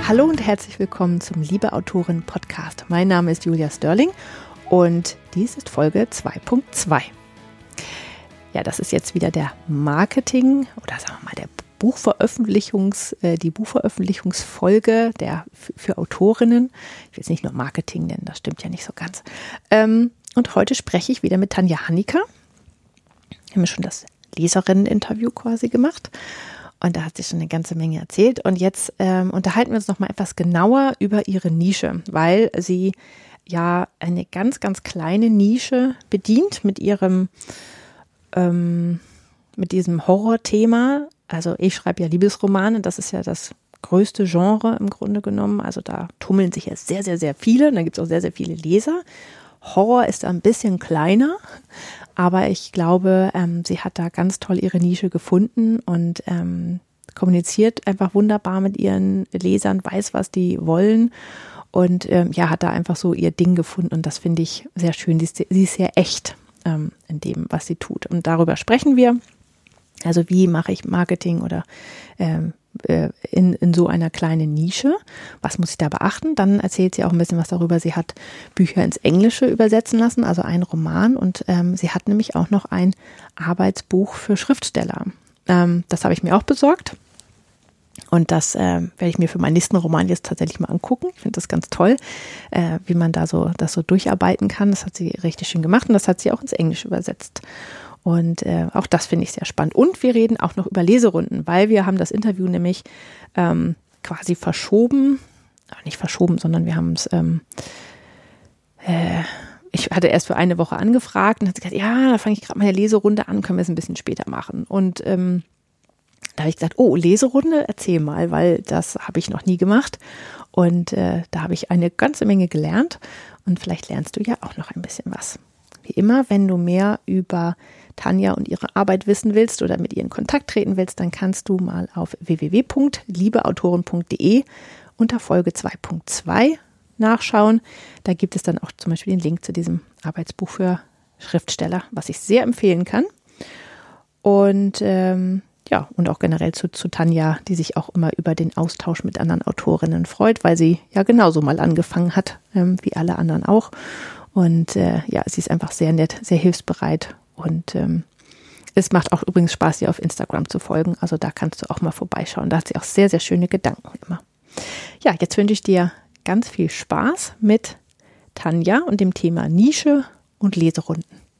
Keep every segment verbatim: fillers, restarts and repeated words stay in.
Hallo und herzlich willkommen zum Liebe Autorin Podcast. Mein Name ist Julia Sterling und dies ist Folge zwei Punkt zwei. Ja, das ist jetzt wieder der Marketing oder sagen wir mal der Buchveröffentlichungs, äh, die Buchveröffentlichungsfolge der f- für Autorinnen. Ich will es nicht nur Marketing nennen, das stimmt ja nicht so ganz. Ähm, und heute spreche ich wieder mit Tanja Hanika. Wir haben schon das Leserinnen-Interview quasi gemacht. Und da hat sie schon eine ganze Menge erzählt. Und jetzt ähm, unterhalten wir uns noch mal etwas genauer über ihre Nische, weil sie ja eine ganz, ganz kleine Nische bedient mit ihrem, ähm, mit diesem Horrorthema. Also ich schreibe ja Liebesromane, das ist ja das größte Genre im Grunde genommen. Also da tummeln sich ja sehr, sehr, sehr viele. Und da gibt es auch sehr, sehr viele Leser. Horror ist da ein bisschen kleiner, aber ich glaube, ähm, sie hat da ganz toll ihre Nische gefunden und ähm, kommuniziert einfach wunderbar mit ihren Lesern, weiß, was die wollen und ähm, ja, hat da einfach so ihr Ding gefunden und das finde ich sehr schön. Sie ist, sie ist sehr echt ähm, in dem, was sie tut und darüber sprechen wir. Also wie mache ich Marketing oder ähm, In, in so einer kleinen Nische. Was muss ich da beachten? Dann erzählt sie auch ein bisschen was darüber. Sie hat Bücher ins Englische übersetzen lassen, also einen Roman und ähm, sie hat nämlich auch noch ein Arbeitsbuch für Schriftsteller. Ähm, das habe ich mir auch besorgt und das äh, werde ich mir für meinen nächsten Roman jetzt tatsächlich mal angucken. Ich finde das ganz toll, äh, wie man da so das so durcharbeiten kann. Das hat sie richtig schön gemacht und das hat sie auch ins Englische übersetzt. Und äh, auch das finde ich sehr spannend. Und wir reden auch noch über Leserunden, weil wir haben das Interview nämlich ähm, quasi verschoben. Aber nicht verschoben, sondern wir haben es, ähm, äh, ich hatte erst für eine Woche angefragt und hat gesagt, ja, da fange ich gerade meine Leserunde an, können wir es ein bisschen später machen. Und ähm, da habe ich gesagt, oh, Leserunde, erzähl mal, weil das habe ich noch nie gemacht. Und äh, da habe ich eine ganze Menge gelernt. Und vielleicht lernst du ja auch noch ein bisschen was. Wie immer, wenn du mehr über Tanja und ihre Arbeit wissen willst oder mit ihr in Kontakt treten willst, dann kannst du mal auf w w w punkt liebeautoren punkt d e unter Folge zwei Punkt zwei nachschauen. Da gibt es dann auch zum Beispiel den Link zu diesem Arbeitsbuch für Schriftsteller, was ich sehr empfehlen kann. Und ähm, ja, und auch generell zu, zu Tanja, die sich auch immer über den Austausch mit anderen Autorinnen freut, weil sie ja genauso mal angefangen hat, ähm, wie alle anderen auch. Und äh, ja, sie ist einfach sehr nett, sehr hilfsbereit. Und ähm, es macht auch übrigens Spaß, ihr auf Instagram zu folgen. Also da kannst du auch mal vorbeischauen. Da hat sie auch sehr, sehr schöne Gedanken immer. Ja, jetzt wünsche ich dir ganz viel Spaß mit Tanja und dem Thema Nische und Leserunden.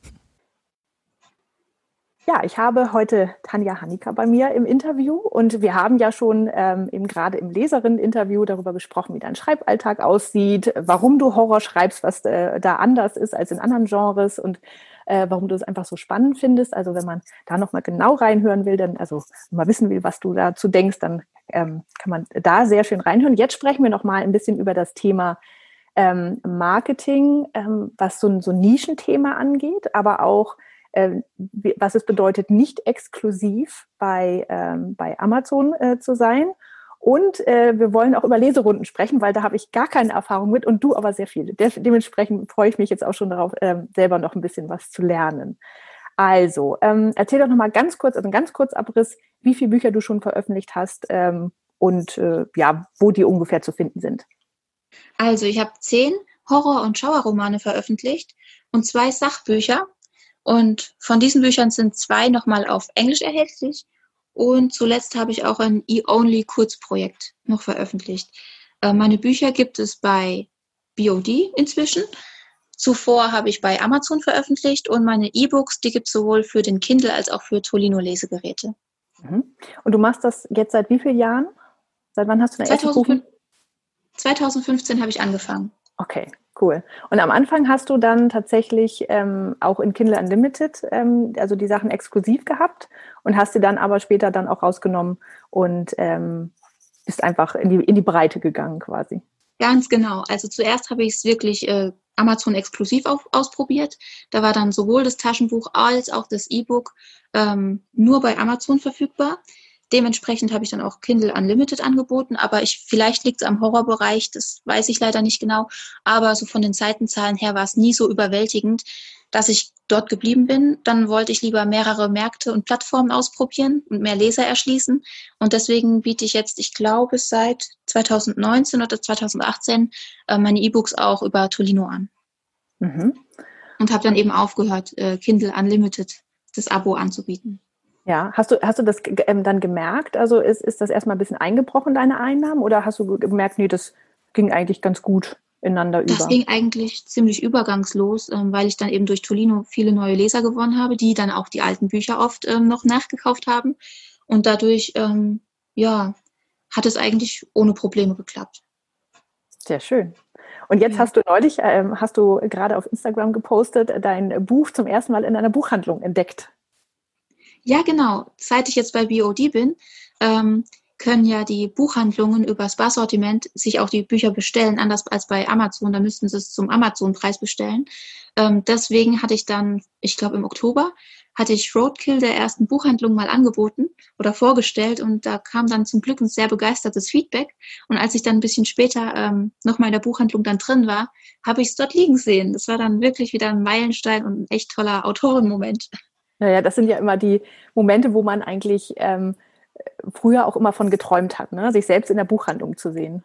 Ja, ich habe heute Tanja Hanika bei mir im Interview und wir haben ja schon ähm, eben gerade im Leserinnen-Interview darüber gesprochen, wie dein Schreiballtag aussieht, warum du Horror schreibst, was äh, da anders ist als in anderen Genres und äh, warum du es einfach so spannend findest. Also wenn man da nochmal genau reinhören will, dann also mal wissen will, was du dazu denkst, dann ähm, kann man da sehr schön reinhören. Jetzt sprechen wir nochmal ein bisschen über das Thema ähm, Marketing, ähm, was so ein, so ein Nischenthema angeht, aber auch was es bedeutet, nicht exklusiv bei, ähm, bei Amazon äh, zu sein. Und äh, wir wollen auch über Leserunden sprechen, weil da habe ich gar keine Erfahrung mit und du aber sehr viele. De- dementsprechend freue ich mich jetzt auch schon darauf, ähm, selber noch ein bisschen was zu lernen. Also, ähm, erzähl doch nochmal ganz kurz, also ein ganz kurz Abriss, wie viele Bücher du schon veröffentlicht hast ähm, und äh, ja, wo die ungefähr zu finden sind. Also, ich habe zehn Horror- und Schauerromane veröffentlicht und zwei Sachbücher. Und von diesen Büchern sind zwei nochmal auf Englisch erhältlich. Und zuletzt habe ich auch ein E-Only-Kurzprojekt noch veröffentlicht. Äh, meine Bücher gibt es bei B O D inzwischen. Zuvor habe ich bei Amazon veröffentlicht und meine E-Books, die gibt es sowohl für den Kindle als auch für Tolino-Lesegeräte. Mhm. Und du machst das jetzt seit wie vielen Jahren? Seit wann hast du dein erstes Buch? zwanzig fünfzehn habe ich angefangen. Okay, cool. Und am Anfang hast du dann tatsächlich ähm, auch in Kindle Unlimited, ähm, also die Sachen exklusiv gehabt und hast sie dann aber später dann auch rausgenommen und ähm, bist einfach in die, in die Breite gegangen quasi. Ganz genau. Also zuerst habe ich es wirklich äh, Amazon exklusiv auf, ausprobiert. Da war dann sowohl das Taschenbuch als auch das E-Book ähm, nur bei Amazon verfügbar. Dementsprechend habe ich dann auch Kindle Unlimited angeboten, aber ich, vielleicht liegt es am Horrorbereich, das weiß ich leider nicht genau, aber so von den Seitenzahlen her war es nie so überwältigend, dass ich dort geblieben bin, dann wollte ich lieber mehrere Märkte und Plattformen ausprobieren und mehr Leser erschließen. Und deswegen biete ich jetzt, ich glaube, seit zwanzig neunzehn oder zwanzig achtzehn äh, meine E-Books auch über Tolino an. Mhm. Und habe dann eben aufgehört, äh, Kindle Unlimited, das Abo anzubieten. Ja, hast du, hast du das ähm, dann gemerkt? Also ist, ist das erstmal ein bisschen eingebrochen, deine Einnahmen? Oder hast du gemerkt, nee, das ging eigentlich ganz gut ineinander über? Das ging eigentlich ziemlich übergangslos, ähm, weil ich dann eben durch Tolino viele neue Leser gewonnen habe, die dann auch die alten Bücher oft ähm, noch nachgekauft haben. Und dadurch, ähm, ja, hat es eigentlich ohne Probleme geklappt. Sehr schön. Und jetzt ja. hast du neulich, ähm, hast du gerade auf Instagram gepostet, dein Buch zum ersten Mal in einer Buchhandlung entdeckt. Ja, genau. Seit ich jetzt bei B O D bin, ähm, können ja die Buchhandlungen über das Barsortiment sich auch die Bücher bestellen, anders als bei Amazon. Da müssten sie es zum Amazon-Preis bestellen. Ähm, deswegen hatte ich dann, ich glaube im Oktober, hatte ich Roadkill der ersten Buchhandlung mal angeboten oder vorgestellt und da kam dann zum Glück ein sehr begeistertes Feedback. Und als ich dann ein bisschen später ähm, nochmal in der Buchhandlung dann drin war, habe ich es dort liegen sehen. Das war dann wirklich wieder ein Meilenstein und ein echt toller Autorenmoment. Naja, das sind ja immer die Momente, wo man eigentlich ähm, früher auch immer von geträumt hat, ne? Sich selbst in der Buchhandlung zu sehen.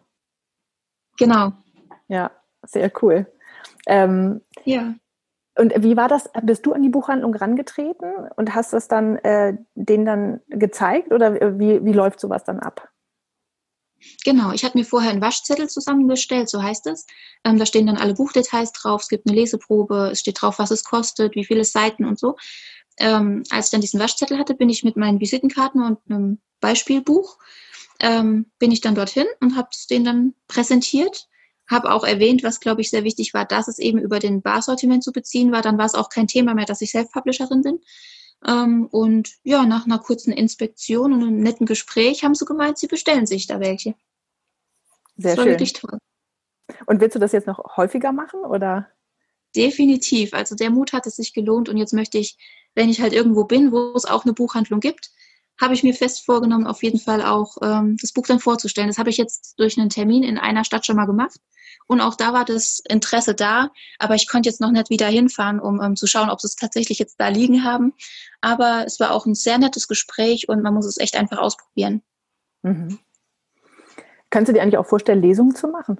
Genau. Ja, sehr cool. Ähm, ja. Und wie war das? Bist du an die Buchhandlung rangetreten und hast das dann äh, denen dann gezeigt oder wie, wie läuft sowas dann ab? Genau, ich hatte mir vorher einen Waschzettel zusammengestellt, so heißt es. Ähm, da stehen dann alle Buchdetails drauf, es gibt eine Leseprobe, es steht drauf, was es kostet, wie viele Seiten und so. Ähm, als ich dann diesen Waschzettel hatte, bin ich mit meinen Visitenkarten und einem Beispielbuch, ähm, bin ich dann dorthin und habe es denen dann präsentiert. Habe auch erwähnt, was, glaube ich, sehr wichtig war, dass es eben über den Barsortiment zu beziehen war. Dann war es auch kein Thema mehr, dass ich Self-Publisherin bin. Ähm, und ja, nach einer kurzen Inspektion und einem netten Gespräch haben sie gemeint, sie bestellen sich da welche. Sehr das war schön. Wirklich toll. Und willst du das jetzt noch häufiger machen, oder? Definitiv. Also der Mut hat es sich gelohnt und jetzt möchte ich, wenn ich halt irgendwo bin, wo es auch eine Buchhandlung gibt, habe ich mir fest vorgenommen, auf jeden Fall auch ähm, das Buch dann vorzustellen. Das habe ich jetzt durch einen Termin in einer Stadt schon mal gemacht und auch da war das Interesse da, aber ich konnte jetzt noch nicht wieder hinfahren, um um zu schauen, ob sie es tatsächlich jetzt da liegen haben. Aber es war auch ein sehr nettes Gespräch und man muss es echt einfach ausprobieren. Mhm. Kannst du dir eigentlich auch vorstellen, Lesungen zu machen?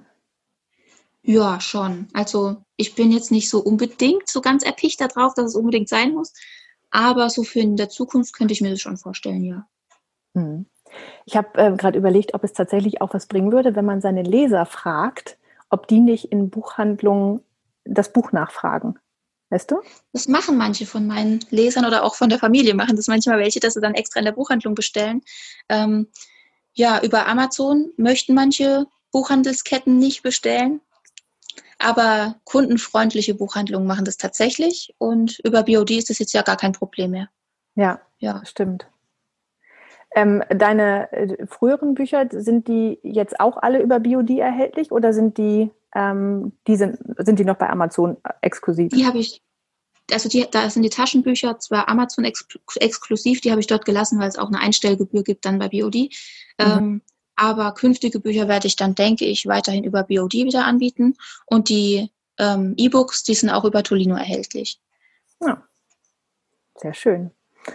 Ja, schon. Also ich bin jetzt nicht so unbedingt so ganz erpicht darauf, dass es unbedingt sein muss. Aber so für in der Zukunft könnte ich mir das schon vorstellen, ja. Mhm. Ich habe äh, gerade überlegt, ob es tatsächlich auch was bringen würde, wenn man seine Leser fragt, ob die nicht in Buchhandlungen das Buch nachfragen. Weißt du? Das machen manche von meinen Lesern oder auch von der Familie machen das manchmal welche, dass sie dann extra in der Buchhandlung bestellen. Ähm, ja, über Amazon möchten manche Buchhandelsketten nicht bestellen. Aber kundenfreundliche Buchhandlungen machen das tatsächlich und über B O D ist das jetzt ja gar kein Problem mehr. Ja, ja. Stimmt. Ähm, deine äh, früheren Bücher, sind die jetzt auch alle über B O D erhältlich oder sind die, ähm, die sind, sind die noch bei Amazon exklusiv? Die habe ich, also die, da sind die Taschenbücher zwar Amazon ex- exklusiv, die habe ich dort gelassen, weil es auch eine Einstellgebühr gibt dann bei B O D. Mhm. Ähm, aber künftige Bücher werde ich dann, denke ich, weiterhin über B O D wieder anbieten und die ähm, E-Books, die sind auch über Tolino erhältlich. Ja, sehr schön.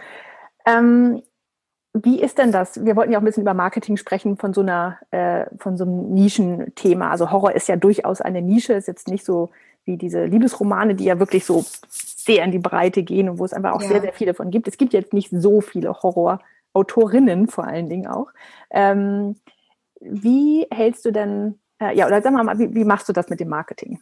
Ähm, Wie ist denn das? Wir wollten ja auch ein bisschen über Marketing sprechen von so einer, äh, von so einem Nischenthema. Also Horror ist ja durchaus eine Nische, ist jetzt nicht so wie diese Liebesromane, die ja wirklich so sehr in die Breite gehen und wo es einfach auch ja. sehr, sehr viele von gibt. Es gibt jetzt nicht so viele Horrorautorinnen vor allen Dingen auch. Ähm, wie hältst du denn, äh, ja, oder sagen wir mal, wie, wie machst du das mit dem Marketing?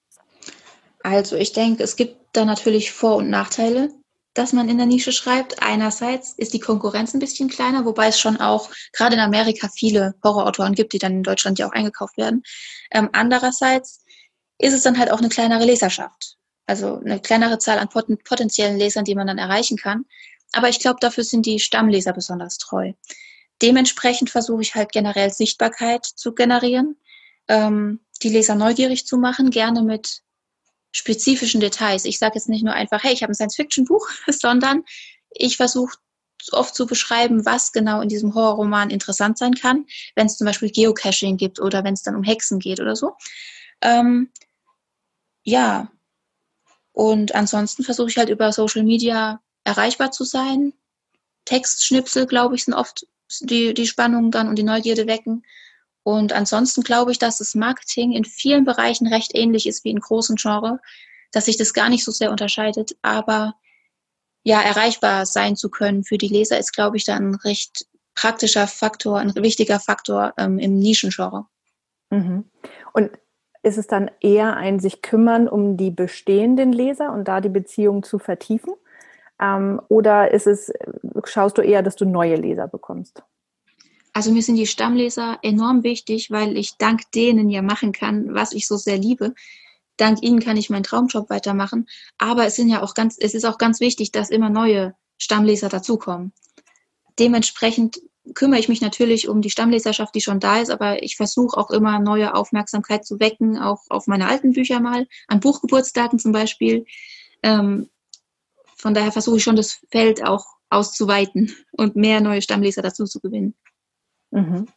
Also ich denke, es gibt da natürlich Vor- und Nachteile, dass man in der Nische schreibt. Einerseits ist die Konkurrenz ein bisschen kleiner, wobei es schon auch gerade in Amerika viele Horrorautoren gibt, die dann in Deutschland ja auch eingekauft werden. Ähm, andererseits ist es dann halt auch eine kleinere Leserschaft. Also eine kleinere Zahl an pot- potenziellen Lesern, die man dann erreichen kann. Aber ich glaube, dafür sind die Stammleser besonders treu. Dementsprechend versuche ich halt generell Sichtbarkeit zu generieren, ähm, die Leser neugierig zu machen, gerne mit spezifischen Details. Ich sage jetzt nicht nur einfach, hey, ich habe ein Science-Fiction-Buch, sondern ich versuche oft zu beschreiben, was genau in diesem Horrorroman interessant sein kann, wenn es zum Beispiel Geocaching gibt oder wenn es dann um Hexen geht oder so. Ähm, ja, Und ansonsten versuche ich halt über Social Media erreichbar zu sein. Textschnipsel, glaube ich, sind oft die, die Spannung dann und die Neugierde wecken. Und ansonsten glaube ich, dass das Marketing in vielen Bereichen recht ähnlich ist wie in großen Genres, dass sich das gar nicht so sehr unterscheidet. Aber ja, erreichbar sein zu können für die Leser ist, glaube ich, dann ein recht praktischer Faktor, ein wichtiger Faktor ähm, im Nischengenre. Mhm. Und ist es dann eher ein sich kümmern um die bestehenden Leser und da die Beziehung zu vertiefen? Ähm, oder ist es, schaust du eher, dass du neue Leser bekommst? Also mir sind die Stammleser enorm wichtig, weil ich dank denen ja machen kann, was ich so sehr liebe. Dank ihnen kann ich meinen Traumjob weitermachen. Aber es sind ja auch ganz, es ist auch ganz wichtig, dass immer neue Stammleser dazukommen. Dementsprechend kümmere ich mich natürlich um die Stammleserschaft, die schon da ist, aber ich versuche auch immer neue Aufmerksamkeit zu wecken, auch auf meine alten Bücher mal, an Buchgeburtstagen zum Beispiel. Ähm, von daher versuche ich schon, das Feld auch auszuweiten und mehr neue Stammleser dazu zu gewinnen. Mhm.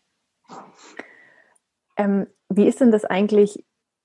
Ähm, wie ist denn das eigentlich?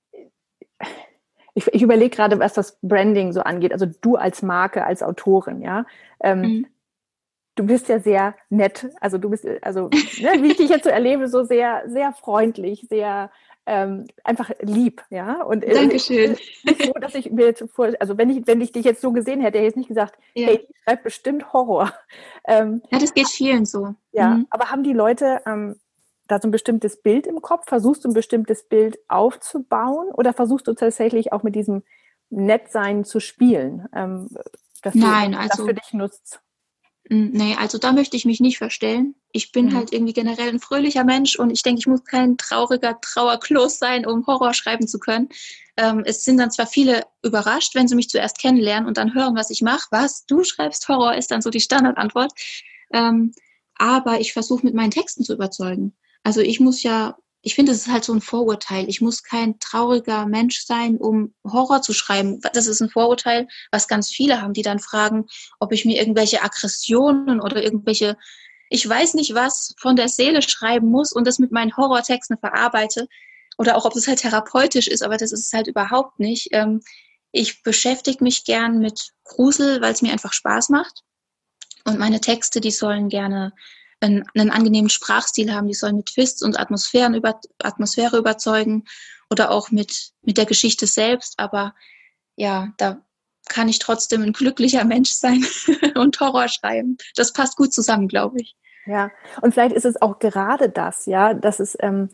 Ich, ich überlege gerade, was das Branding so angeht. Also du als Marke, als Autorin, ja. Ähm, Mhm. Du bist ja sehr nett. Also du bist, also ne, wie ich dich jetzt so erlebe, so sehr, sehr freundlich, sehr ähm, einfach lieb, ja. Und äh, Dankeschön. ich bin froh, dass ich mir jetzt vor, also wenn ich, wenn ich dich jetzt so gesehen hätte, hätte ich jetzt nicht gesagt, Ja. hey, die schreibt bestimmt Horror. Ähm, Ja, das geht vielen so. ja, Mhm. aber haben die Leute ähm, da so ein bestimmtes Bild im Kopf? Versuchst du ein bestimmtes Bild aufzubauen oder versuchst du tatsächlich auch mit diesem Nettsein zu spielen, ähm, dass du, dass Nein, du das für also dich nutzt? Mm, nee, also da möchte ich mich nicht verstellen. Ich bin Mhm. halt irgendwie generell ein fröhlicher Mensch und ich denke, ich muss kein trauriger Trauerklos sein, um Horror schreiben zu können. Ähm, es sind dann zwar viele überrascht, wenn sie mich zuerst kennenlernen und dann hören, was ich mache. Was, du schreibst Horror, ist dann so die Standardantwort. Ähm, aber ich versuche mit meinen Texten zu überzeugen. Also ich muss ja, ich finde, es ist halt so ein Vorurteil. Ich muss kein trauriger Mensch sein, um Horror zu schreiben. Das ist ein Vorurteil, was ganz viele haben, die dann fragen, ob ich mir irgendwelche Aggressionen oder irgendwelche, ich weiß nicht was, von der Seele schreiben muss und das mit meinen Horrortexten verarbeite. Oder auch, ob das halt therapeutisch ist, aber das ist es halt überhaupt nicht. Ähm, ich beschäftige mich gern mit Grusel, weil es mir einfach Spaß macht. Und meine Texte, die sollen gerne einen, einen angenehmen Sprachstil haben, die sollen mit Twists und Atmosphären über, Atmosphäre überzeugen oder auch mit, mit der Geschichte selbst. Aber ja, da kann ich trotzdem ein glücklicher Mensch sein und Horror schreiben. Das passt gut zusammen, glaube ich. Ja, und vielleicht ist es auch gerade das, ja, dass es, ähm,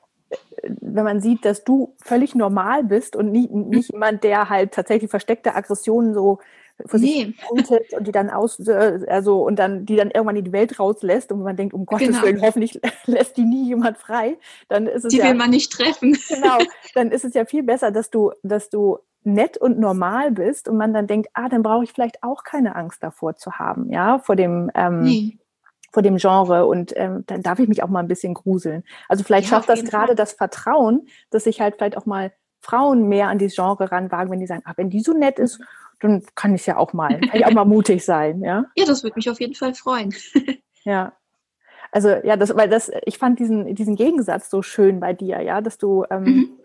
wenn man sieht, dass du völlig normal bist und nicht, nicht jemand, der halt tatsächlich versteckte Aggressionen so vor sich Nee, brütet und die dann aus, äh, also und dann die dann irgendwann in die Welt rauslässt und man denkt, um Gottes genau. Willen, hoffentlich lässt die nie jemand frei, dann ist es Die ja, will man nicht treffen. genau, dann ist es ja viel besser, dass du, dass du nett und normal bist und man dann denkt, ah, dann brauche ich vielleicht auch keine Angst davor zu haben, ja, vor dem, ähm, Nee. vor dem Genre und ähm, dann darf ich mich auch mal ein bisschen gruseln. Also vielleicht Ja, auf schafft das jeden gerade Fall. das Vertrauen, dass sich halt vielleicht auch mal Frauen mehr an dieses Genre ranwagen, wenn die sagen, ah, wenn die so nett ist, dann kann ich ja auch mal, kann ich auch mal mutig sein, ja. Ja, das würde mich auf jeden Fall freuen. Ja. Also ja, das, weil das, ich fand diesen, diesen Gegensatz so schön bei dir, ja, dass du, ähm, Mhm.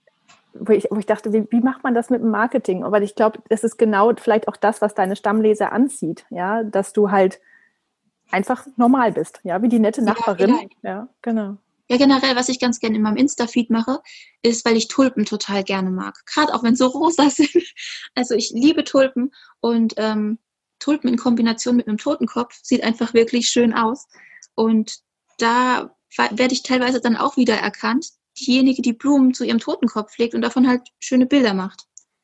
wo ich, wo ich dachte, wie, wie macht man das mit dem Marketing? Aber ich glaube, das ist genau vielleicht auch das, was deine Stammleser anzieht, ja, dass du halt einfach normal bist, ja, wie die nette Ja, Nachbarin. vielleicht. Ja, genau. Ja, generell, was ich ganz gerne in meinem Insta-Feed mache, ist, weil ich Tulpen total gerne mag. Gerade auch wenn so rosa sind. Also ich liebe Tulpen und ähm, Tulpen in Kombination mit einem Totenkopf sieht einfach wirklich schön aus. Und da werde ich teilweise dann auch wieder erkannt, diejenige, die Blumen zu ihrem Totenkopf legt und davon halt schöne Bilder macht.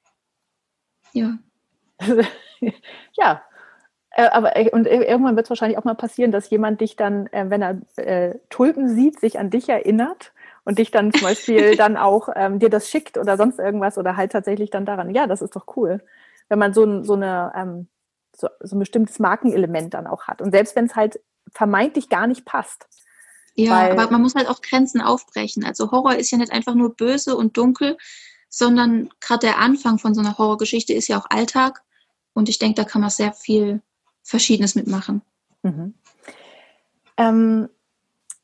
Ja. Ja, äh, aber äh, und irgendwann wird es wahrscheinlich auch mal passieren, dass jemand dich dann, äh, wenn er äh, Tulpen sieht, sich an dich erinnert und dich dann zum Beispiel dann auch ähm, dir das schickt oder sonst irgendwas oder halt tatsächlich dann daran. Ja, das ist doch cool, wenn man so, ein- so eine ähm, so, so ein bestimmtes Markenelement dann auch hat. Und selbst wenn es halt vermeintlich gar nicht passt, Ja, aber weil man muss halt auch Grenzen aufbrechen. Also Horror ist ja nicht einfach nur böse und dunkel, sondern gerade der Anfang von so einer Horrorgeschichte ist ja auch Alltag. Und ich denke, da kann man sehr viel Verschiedenes mitmachen. mhm. ähm,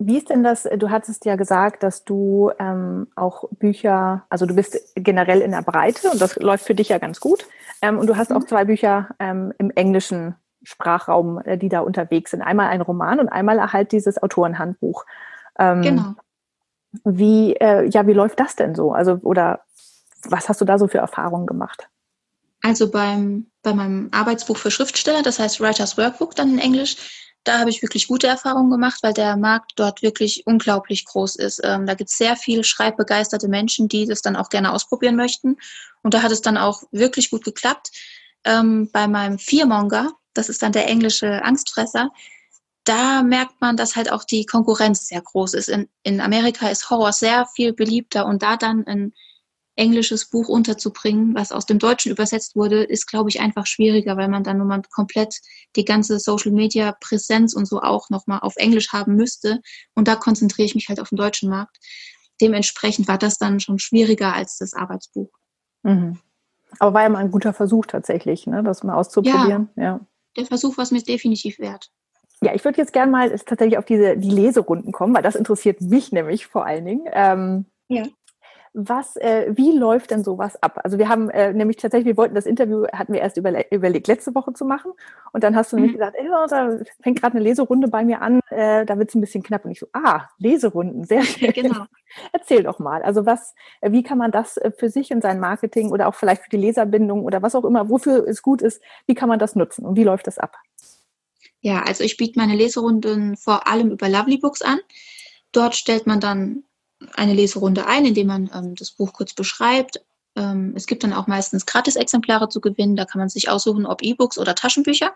Wie ist denn das, du hattest ja gesagt, dass du ähm, auch Bücher, also du bist generell in der Breite und das läuft für dich ja ganz gut. Ähm, und du hast auch zwei Bücher ähm, im englischen Sprachraum, äh, die da unterwegs sind. Einmal ein Roman und einmal halt dieses Autorenhandbuch. Ähm, Genau. wie, äh, ja, wie läuft das denn so? Also, oder was hast du da so für Erfahrungen gemacht? Also beim, bei meinem Arbeitsbuch für Schriftsteller, das heißt Writer's Workbook dann in Englisch, da habe ich wirklich gute Erfahrungen gemacht, weil der Markt dort wirklich unglaublich groß ist. Ähm, da gibt es sehr viel schreibbegeisterte Menschen, die das dann auch gerne ausprobieren möchten. Und da hat es dann auch wirklich gut geklappt. Ähm, bei meinem Fearmonger, das ist dann der englische Angstfresser, da merkt man, dass halt auch die Konkurrenz sehr groß ist. In, in Amerika ist Horror sehr viel beliebter und da dann ein englisches Buch unterzubringen, was aus dem Deutschen übersetzt wurde, ist, glaube ich, einfach schwieriger, weil man dann nur mal komplett die ganze Social-Media-Präsenz und so auch nochmal auf Englisch haben müsste. Und da konzentriere ich mich halt auf den deutschen Markt. Dementsprechend war das dann schon schwieriger als das Arbeitsbuch. Mhm. Aber war ja mal ein guter Versuch tatsächlich, ne, das mal auszuprobieren. Ja, Ja. der Versuch war es mir definitiv wert. Ja, ich würde jetzt gerne mal tatsächlich auf diese die Leserunden kommen, weil das interessiert mich nämlich vor allen Dingen. Ähm, Ja. Was, äh, wie läuft denn sowas ab? Also wir haben äh, nämlich tatsächlich, wir wollten das Interview, hatten wir erst überle- überlegt, letzte Woche zu machen. Und dann hast du nämlich Mhm. gesagt, ey, da fängt gerade eine Leserunde bei mir an, äh, da wird es ein bisschen knapp. Und ich so, ah, Leserunden, sehr schön. Genau. Erzähl doch mal. Also was, äh, wie kann man das äh, für sich in sein Marketing oder auch vielleicht für die Leserbindung oder was auch immer, wofür es gut ist, wie kann man das nutzen und wie läuft das ab? Ja, also ich biete meine Leserunden vor allem über Lovely Books an. Dort stellt man dann eine Leserunde ein, indem man ähm, das Buch kurz beschreibt. Ähm, es gibt dann auch meistens Gratis-Exemplare zu gewinnen. Da kann man sich aussuchen, ob E-Books oder Taschenbücher.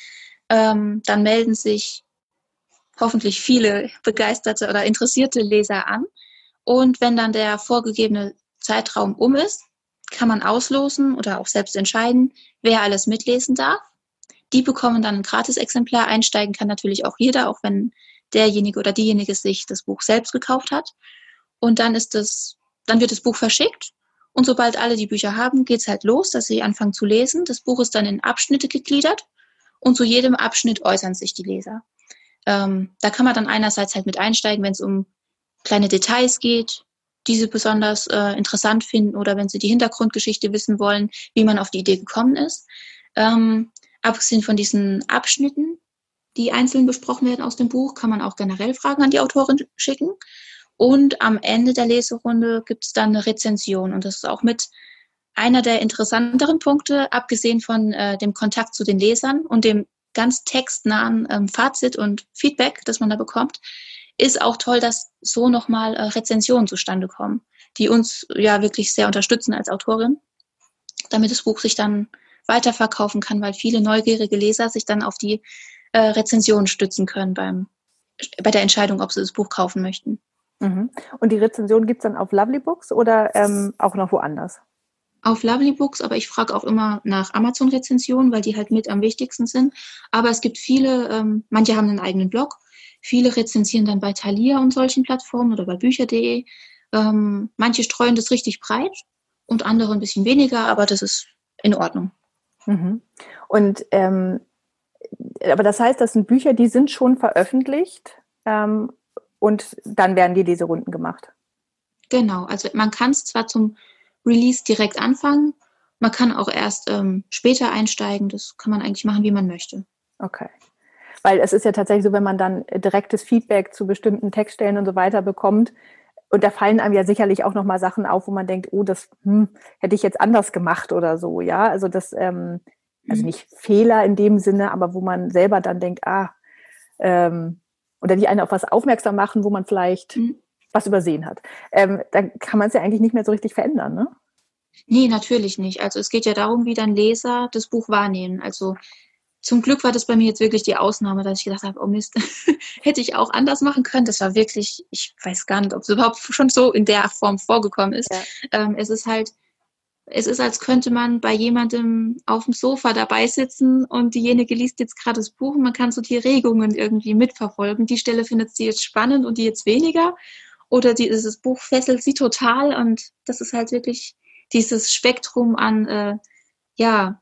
Ähm, dann melden sich hoffentlich viele begeisterte oder interessierte Leser an. Und wenn dann der vorgegebene Zeitraum um ist, kann man auslosen oder auch selbst entscheiden, wer alles mitlesen darf. Die bekommen dann ein Gratis-Exemplar. Einsteigen kann natürlich auch jeder, auch wenn derjenige oder diejenige sich das Buch selbst gekauft hat. Und dann ist das, dann wird das Buch verschickt. Und sobald alle die Bücher haben, geht's halt los, dass sie anfangen zu lesen. Das Buch ist dann in Abschnitte gegliedert und zu jedem Abschnitt äußern sich die Leser. Ähm, da kann man dann einerseits halt mit einsteigen, wenn es um kleine Details geht, die sie besonders äh, interessant finden oder wenn sie die Hintergrundgeschichte wissen wollen, wie man auf die Idee gekommen ist. Ähm, abgesehen von diesen Abschnitten, die einzeln besprochen werden aus dem Buch, kann man auch generell Fragen an die Autorin schicken. Und am Ende der Leserunde gibt es dann eine Rezension. Und das ist auch mit einer der interessanteren Punkte, abgesehen von äh, dem Kontakt zu den Lesern und dem ganz textnahen ähm, Fazit und Feedback, das man da bekommt, ist auch toll, dass so nochmal äh, Rezensionen zustande kommen, die uns ja wirklich sehr unterstützen als Autorin, damit das Buch sich dann weiterverkaufen kann, weil viele neugierige Leser sich dann auf die äh, Rezensionen stützen können beim, bei der Entscheidung, ob sie das Buch kaufen möchten. Mhm. Und die Rezension gibt es dann auf Lovely Books oder ähm, auch noch woanders? Auf Lovely Books, aber ich frage auch immer nach Amazon-Rezensionen, weil die halt mit am wichtigsten sind. Aber es gibt viele, ähm, manche haben einen eigenen Blog, viele rezensieren dann bei Thalia und solchen Plattformen oder bei bücher punkt de. Ähm, manche streuen das richtig breit und andere ein bisschen weniger, aber das ist in Ordnung. Mhm. Und ähm, aber das heißt, das sind Bücher, die sind schon veröffentlicht ähm, und dann werden die Leserunden gemacht. Genau, also man kann es zwar zum Release direkt anfangen, man kann auch erst ähm, später einsteigen, das kann man eigentlich machen, wie man möchte. Okay. Weil es ist ja tatsächlich so, wenn man dann direktes Feedback zu bestimmten Textstellen und so weiter bekommt, und da fallen einem ja sicherlich auch nochmal Sachen auf, wo man denkt, oh, das hm, hätte ich jetzt anders gemacht oder so, ja. Also das, ähm, also nicht Fehler in dem Sinne, aber wo man selber dann denkt, ah, ähm, oder die einen auf was aufmerksam machen, wo man vielleicht Mhm. was übersehen hat. Ähm, dann kann man es ja eigentlich nicht mehr so richtig verändern, ne? Nee, natürlich nicht. Also es geht ja darum, wie dann Leser das Buch wahrnehmen. Also zum Glück war das bei mir jetzt wirklich die Ausnahme, dass ich gedacht habe, oh Mist, hätte ich auch anders machen können. Das war wirklich, ich weiß gar nicht, ob es überhaupt schon so in der Form vorgekommen ist. Ja. Ähm, es ist halt, es ist, als könnte man bei jemandem auf dem Sofa dabei sitzen und diejenige liest jetzt gerade das Buch und man kann so die Regungen irgendwie mitverfolgen. Die Stelle findet sie jetzt spannend und die jetzt weniger. Oder dieses Buch fesselt sie total und das ist halt wirklich dieses Spektrum an, äh, ja,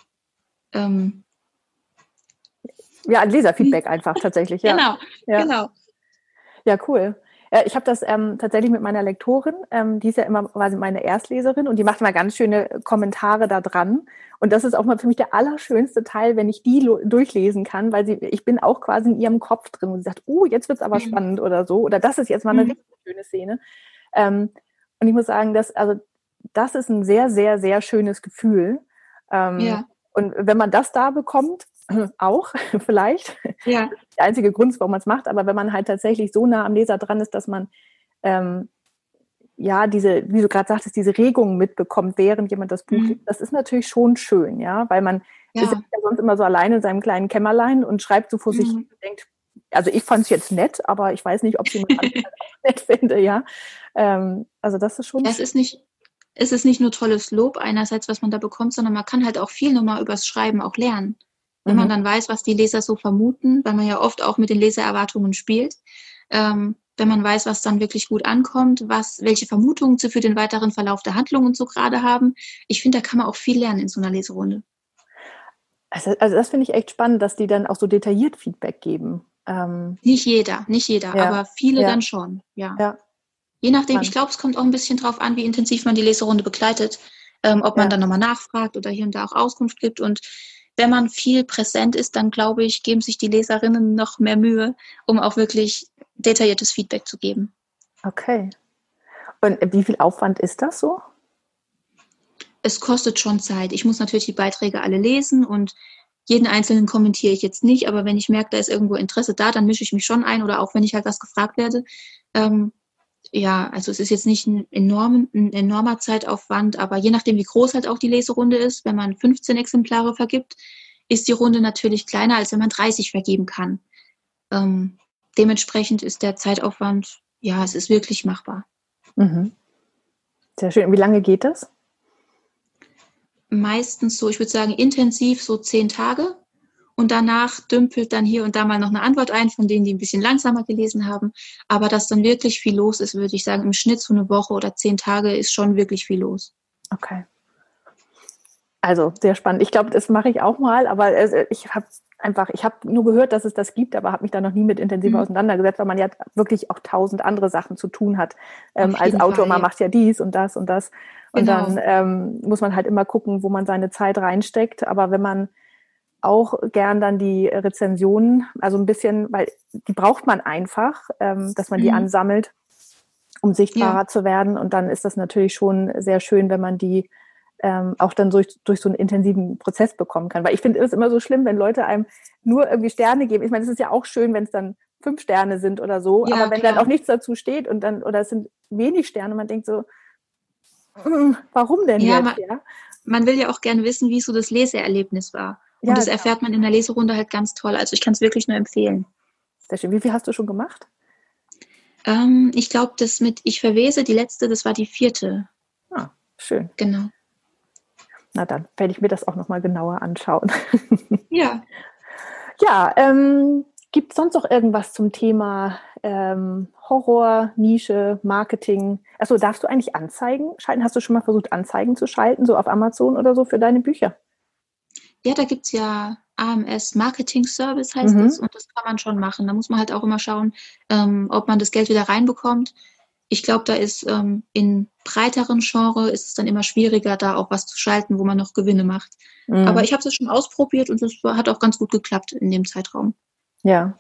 ähm, Ja, ein Leserfeedback einfach tatsächlich, ja. genau, Ja. genau. Ja, cool. Ja, ich habe das ähm, tatsächlich mit meiner Lektorin, ähm, die ist ja immer quasi meine Erstleserin und die macht mal ganz schöne Kommentare da dran. Und das ist auch mal für mich der allerschönste Teil, wenn ich die lo- durchlesen kann, weil sie, ich bin auch quasi in ihrem Kopf drin und sie sagt, oh, jetzt wird's aber Mhm. spannend oder so. Oder das ist jetzt mal eine Mhm. richtig schöne Szene. Ähm, und ich muss sagen, dass, also, das ist ein sehr, sehr, sehr schönes Gefühl. Ähm, Ja, und wenn man das da bekommt, auch vielleicht, ja. der einzige Grund, warum man es macht, aber wenn man halt tatsächlich so nah am Leser dran ist, dass man ähm, ja diese, wie du gerade sagtest, diese Regungen mitbekommt, während jemand das Buch liest, Mhm. das ist natürlich schon schön, ja, weil man ist Ja. ja sonst immer so alleine in seinem kleinen Kämmerlein und schreibt so vor sich hin Mhm. und denkt, also ich fand es jetzt nett, aber ich weiß nicht, ob es jemand anderes halt auch nett finde, ja. Ähm, also das ist schon Ja, es schön. ist nicht, es ist nicht nur tolles Lob einerseits, was man da bekommt, sondern man kann halt auch viel nochmal übers Schreiben auch lernen. Wenn man Mhm. dann weiß, was die Leser so vermuten, weil man ja oft auch mit den Lesererwartungen spielt, ähm, wenn man weiß, was dann wirklich gut ankommt, was, welche Vermutungen sie für den weiteren Verlauf der Handlung und so gerade haben. Ich finde, da kann man auch viel lernen in so einer Leserunde. Also, also das finde ich echt spannend, dass die dann auch so detailliert Feedback geben. Ähm, Nicht jeder, nicht jeder, ja, aber viele ja, dann schon, ja. ja, Je nachdem, ich spannend. glaube, es kommt auch ein bisschen drauf an, wie intensiv man die Leserunde begleitet, ähm, ob man Ja. dann nochmal nachfragt oder hier und da auch Auskunft gibt. Und wenn man viel präsent ist, dann glaube ich, geben sich die Leserinnen noch mehr Mühe, um auch wirklich detailliertes Feedback zu geben. Okay. Und wie viel Aufwand ist das so? Es kostet schon Zeit. Ich muss natürlich die Beiträge alle lesen und jeden einzelnen kommentiere ich jetzt nicht, aber wenn ich merke, da ist irgendwo Interesse da, dann mische ich mich schon ein oder auch wenn ich halt was gefragt werde. Ähm, ja, also es ist jetzt nicht ein, enorm, ein enormer Zeitaufwand, aber je nachdem, wie groß halt auch die Leserunde ist, wenn man fünfzehn Exemplare vergibt, ist die Runde natürlich kleiner, als wenn man dreißig vergeben kann. Ähm, dementsprechend ist der Zeitaufwand, ja, es ist wirklich machbar. Mhm. Sehr schön. Wie lange geht das? Meistens so, ich würde sagen, intensiv so zehn Tage. Und danach dümpelt dann hier und da mal noch eine Antwort ein von denen, die ein bisschen langsamer gelesen haben. Aber dass dann wirklich viel los ist, würde ich sagen, im Schnitt so eine Woche oder zehn Tage ist schon wirklich viel los. Okay. Also sehr spannend. Ich glaube, das mache ich auch mal, aber äh, ich habe einfach, ich habe nur gehört, dass es das gibt, aber habe mich da noch nie mit intensiver Mhm. auseinandergesetzt, weil man ja wirklich auch tausend andere Sachen zu tun hat. Ähm, Auf als jeden Autor, Fall, man ja. macht ja dies und das und das. Und Genau. dann ähm, muss man halt immer gucken, wo man seine Zeit reinsteckt. Aber wenn man auch gern dann die Rezensionen, also ein bisschen, weil die braucht man einfach, ähm, dass man die Mhm. ansammelt, um Ja, sichtbarer zu werden. Und dann ist das natürlich schon sehr schön, wenn man die ähm, auch dann durch, durch so einen intensiven Prozess bekommen kann. Weil ich finde es immer so schlimm, wenn Leute einem nur irgendwie Sterne geben. Ich meine, es ist ja auch schön, wenn es dann fünf Sterne sind oder so, aber ja, wenn dann auch klar. nichts dazu steht und dann, oder es sind wenig Sterne, man denkt so, "Mm, warum denn Ja, jetzt, man, ja? man will ja auch gerne wissen, wie so das Leseerlebnis war. Und Ja, das genau. erfährt man in der Leserunde halt ganz toll. Also ich kann es wirklich nur empfehlen. Sehr schön. Wie viel hast du schon gemacht? Ähm, ich glaube, das mit Ich verwese, die letzte, das war die vierte. Ah, schön. Genau. Na dann werde ich mir das auch nochmal genauer anschauen. Ja. Ja, ähm, gibt es sonst noch irgendwas zum Thema ähm, Horror, Nische, Marketing? Achso, darfst du eigentlich Anzeigen schalten? Hast du schon mal versucht, Anzeigen zu schalten, so auf Amazon oder so für deine Bücher? Ja, da gibt's ja A M S Marketing Service heißt es Mhm. und das kann man schon machen. Da muss man halt auch immer schauen, ähm, ob man das Geld wieder reinbekommt. Ich glaube, da ist ähm, in breiteren Genre ist es dann immer schwieriger, da auch was zu schalten, wo man noch Gewinne macht. Aber Mhm. ich habe das schon ausprobiert und das hat auch ganz gut geklappt in dem Zeitraum. Ja,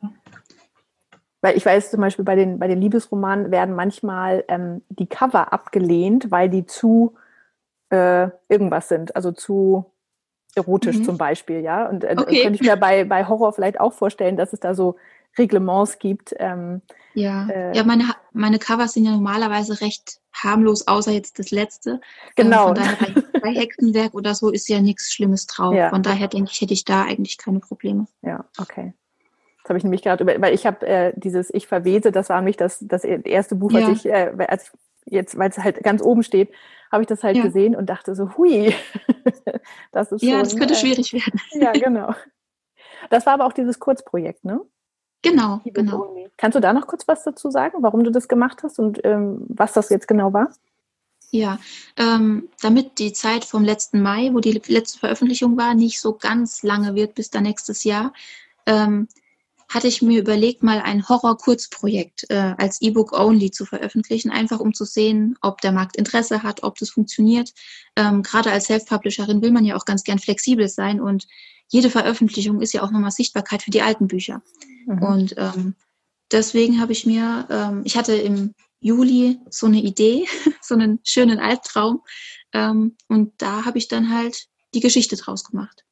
weil ich weiß zum Beispiel bei den, bei den Liebesromanen werden manchmal ähm, die Cover abgelehnt, weil die zu äh, irgendwas sind, also zu erotisch Mhm. zum Beispiel, ja. Und äh, Okay. könnte ich mir bei, bei Horror vielleicht auch vorstellen, dass es da so Reglements gibt. Ähm, Ja, äh, ja, meine, meine Covers sind ja normalerweise recht harmlos, außer jetzt das letzte. Ähm, von genau. daher bei, bei Hexenwerk oder so ist ja nichts Schlimmes drauf. Ja, Von daher denke ich, hätte ich da eigentlich keine Probleme. ja, okay. Das habe ich nämlich gerade über, weil ich habe äh, dieses Ich verwese, das war nämlich das, das erste Buch, was Ja, ich, äh, als ich jetzt, weil es halt ganz oben steht, habe ich das halt ja, gesehen und dachte so, hui, das ist ja, das schon, könnte äh, schwierig werden. ja, genau. Das war aber auch dieses Kurzprojekt, ne? Genau, Keep It genau. Only. Kannst du da noch kurz was dazu sagen, warum du das gemacht hast und ähm, was das jetzt genau war? Ja, ähm, damit die Zeit vom letzten Mai, wo die letzte Veröffentlichung war, nicht so ganz lange wird bis dann nächstes Jahr, ähm, hatte ich mir überlegt, mal ein Horror-Kurzprojekt äh, als E-Book-only zu veröffentlichen, einfach um zu sehen, ob der Markt Interesse hat, ob das funktioniert. Ähm, gerade als Self-Publisherin will man ja auch ganz gern flexibel sein und jede Veröffentlichung ist ja auch nochmal Sichtbarkeit für die alten Bücher. Mhm. Und ähm, deswegen habe ich mir, ähm, ich hatte im Juli so eine Idee, so einen schönen Albtraum ähm, und da habe ich dann halt die Geschichte draus gemacht.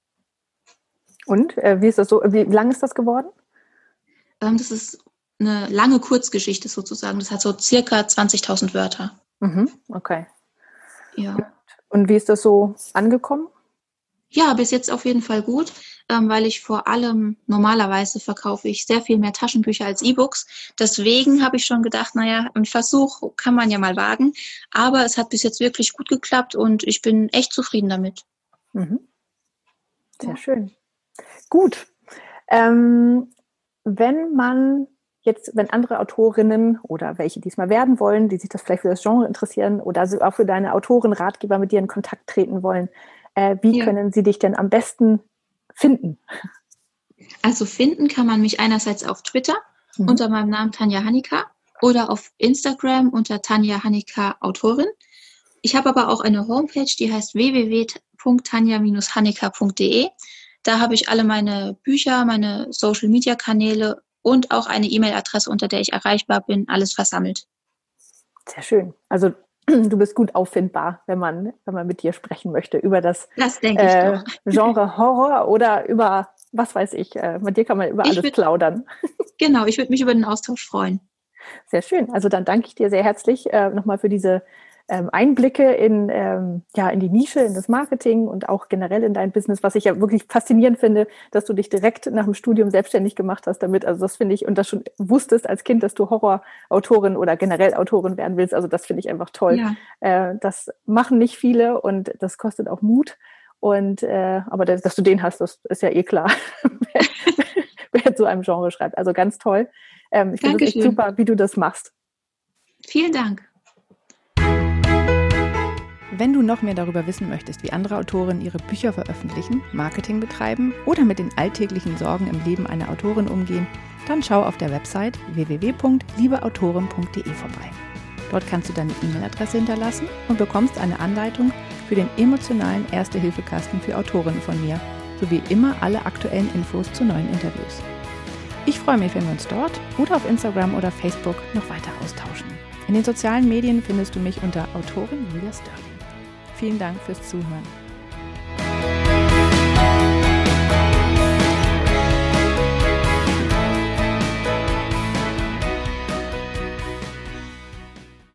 Und äh, wie ist das so? Wie lang ist das geworden? Das ist eine lange Kurzgeschichte sozusagen. Das hat so circa zwanzigtausend Wörter. Mhm, okay. Ja. Und wie ist das so angekommen? Ja, bis jetzt auf jeden Fall gut, ähm, weil ich vor allem normalerweise verkaufe ich sehr viel mehr Taschenbücher als E-Books. Deswegen habe ich schon gedacht, naja, einen Versuch kann man ja mal wagen. Aber es hat bis jetzt wirklich gut geklappt und ich bin echt zufrieden damit. Mhm. Sehr schön. Gut. Ähm, wenn man jetzt, wenn andere Autorinnen oder welche diesmal werden wollen, die sich das vielleicht für das Genre interessieren oder auch für deine Autorenratgeber mit dir in Kontakt treten wollen, äh, wie ja. können sie dich denn am besten finden? Also finden kann man mich einerseits auf Twitter mhm. unter meinem Namen Tanja Hanika oder auf Instagram unter Tanja Hanika Autorin. Ich habe aber auch eine Homepage, die heißt w w w punkt tanja dash hanika punkt d e. Da habe ich alle meine Bücher, meine Social-Media-Kanäle und auch eine E-Mail-Adresse, unter der ich erreichbar bin, alles versammelt. Sehr schön. Also du bist gut auffindbar, wenn man, wenn man mit dir sprechen möchte über das, das denke ich äh, doch. Genre Horror oder über, was weiß ich, äh, mit dir kann man über ich alles würd, plaudern. Genau, ich würde mich über den Austausch freuen. Sehr schön. Also dann danke ich dir sehr herzlich äh, nochmal für diese Einblicke in, ähm, ja, in die Nische, in das Marketing und auch generell in dein Business, was ich ja wirklich faszinierend finde, dass du dich direkt nach dem Studium selbstständig gemacht hast damit. Also das finde ich, und das schon wusstest als Kind, dass du Horrorautorin oder generell Autorin werden willst. Also das finde ich einfach toll. Ja. Äh, das machen nicht viele und das kostet auch Mut. Und äh, aber dass, dass du den hast, das ist ja eh klar, wer, wer zu einem Genre schreibt. Also ganz toll. Ähm, ich finde es echt super, wie du das machst. Vielen Dank. Wenn du noch mehr darüber wissen möchtest, wie andere Autorinnen ihre Bücher veröffentlichen, Marketing betreiben oder mit den alltäglichen Sorgen im Leben einer Autorin umgehen, dann schau auf der Website w w w punkt liebeautorin punkt d e vorbei. Dort kannst du deine E-Mail-Adresse hinterlassen und bekommst eine Anleitung für den emotionalen Erste-Hilfe-Kasten für Autorinnen von mir, sowie immer alle aktuellen Infos zu neuen Interviews. Ich freue mich, wenn wir uns dort oder auf Instagram oder Facebook noch weiter austauschen. In den sozialen Medien findest du mich unter Autorin Julia Sterling. Vielen Dank fürs Zuhören.